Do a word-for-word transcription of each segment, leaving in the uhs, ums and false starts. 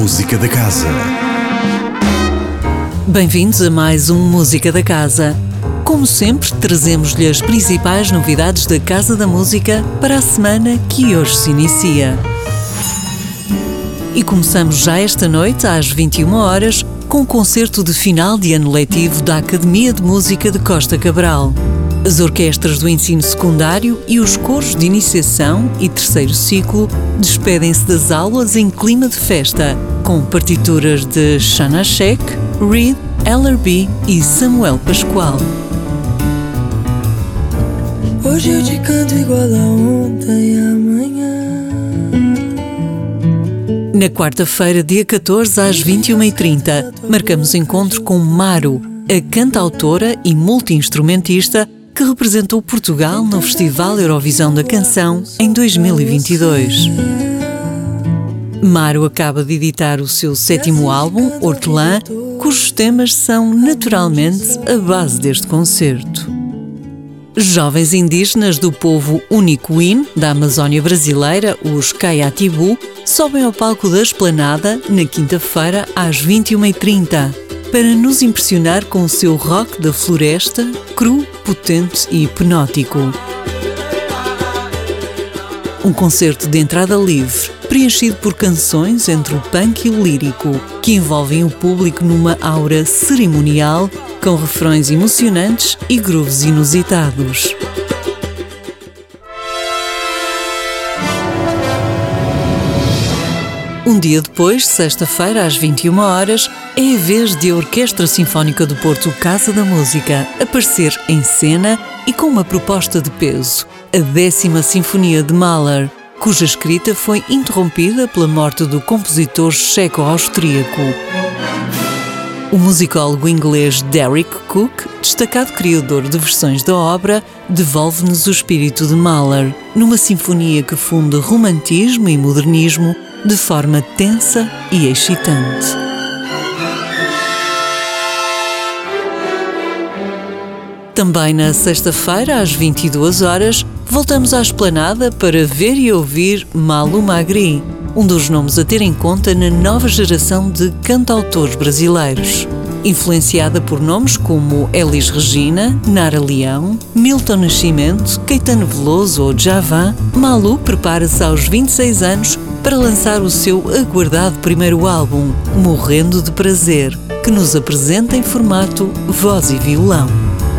Música da Casa. Bem-vindos a mais um Música da Casa. Como sempre, trazemos-lhe as principais novidades da Casa da Música para a semana que hoje se inicia. E começamos já esta noite, às vinte e uma horas, com o concerto de final de ano letivo da Academia de Música de Costa Cabral. As orquestras do ensino secundário e os coros de iniciação e terceiro ciclo despedem-se das aulas em clima de festa, com partituras de Shana Sheikh, Reed, L R B e Samuel Pascoal. Hoje eu te canto igual a ontem e amanhã. Na quarta-feira, dia catorze, às vinte e uma e trinta, marcamos encontro com Maro, a cantautora e multi-instrumentista que representou Portugal no Festival Eurovisão da Canção em dois mil e vinte e dois. Maro acaba de editar o seu sétimo álbum, Hortelã, cujos temas são naturalmente a base deste concerto. Jovens indígenas do povo Unicuin, da Amazónia brasileira, os Kayatibu, sobem ao palco da Esplanada na quinta-feira às vinte e uma e trinta para nos impressionar com o seu rock da floresta, cru, potente e hipnótico. Um concerto de entrada livre, preenchido por canções entre o punk e o lírico, que envolvem o público numa aura cerimonial, com refrões emocionantes e grooves inusitados. Um dia depois, sexta-feira, às vinte e uma horas, é a vez de a Orquestra Sinfónica do Porto Casa da Música aparecer em cena e com uma proposta de peso, a décima Sinfonia de Mahler, cuja escrita foi interrompida pela morte do compositor checo-austríaco. O musicólogo inglês Derek Cook, destacado criador de versões da obra, devolve-nos o espírito de Mahler, numa sinfonia que funde romantismo e modernismo de forma tensa e excitante. Também na sexta-feira, às vinte e duas horas, voltamos à Esplanada para ver e ouvir Malu Magri, um dos nomes a ter em conta na nova geração de cantautores brasileiros. Influenciada por nomes como Elis Regina, Nara Leão, Milton Nascimento, Caetano Veloso ou Djavan, Malu prepara-se aos vinte e seis anos para lançar o seu aguardado primeiro álbum, Morrendo de Prazer, que nos apresenta em formato voz e violão.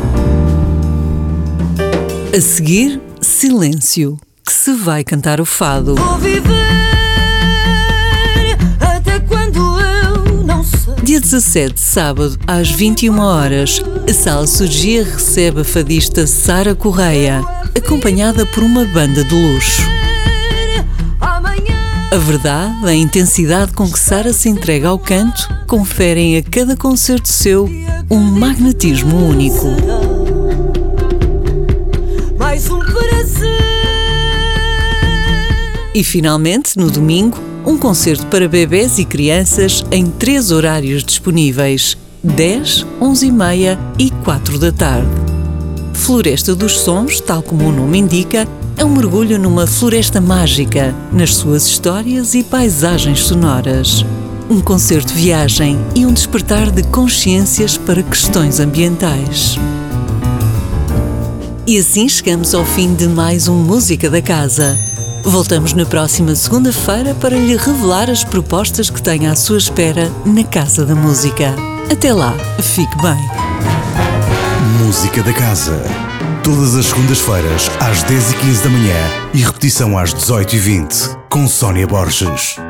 A seguir, Silêncio, que se vai cantar o fado. Vou viver até quando eu não sei. Dia dezassete, sábado, às vinte e uma horas, a Sala Surgia recebe a fadista Sara Correia, acompanhada por uma banda de luxo. A verdade, a intensidade com que Sara se entrega ao canto, conferem a cada concerto seu um magnetismo único. Mais um prazer. E finalmente, no domingo, um concerto para bebés e crianças em três horários disponíveis: dez, onze e meia e quatro da tarde. Floresta dos Sons, tal como o nome indica, é um mergulho numa floresta mágica, nas suas histórias e paisagens sonoras. Um concerto-viagem e um despertar de consciências para questões ambientais. E assim chegamos ao fim de mais um Música da Casa. Voltamos na próxima segunda-feira para lhe revelar as propostas que tem à sua espera na Casa da Música. Até lá, fique bem. Música da Casa. Todas as segundas-feiras, às dez e quinze da manhã e repetição às dezoito e vinte, com Sónia Borges.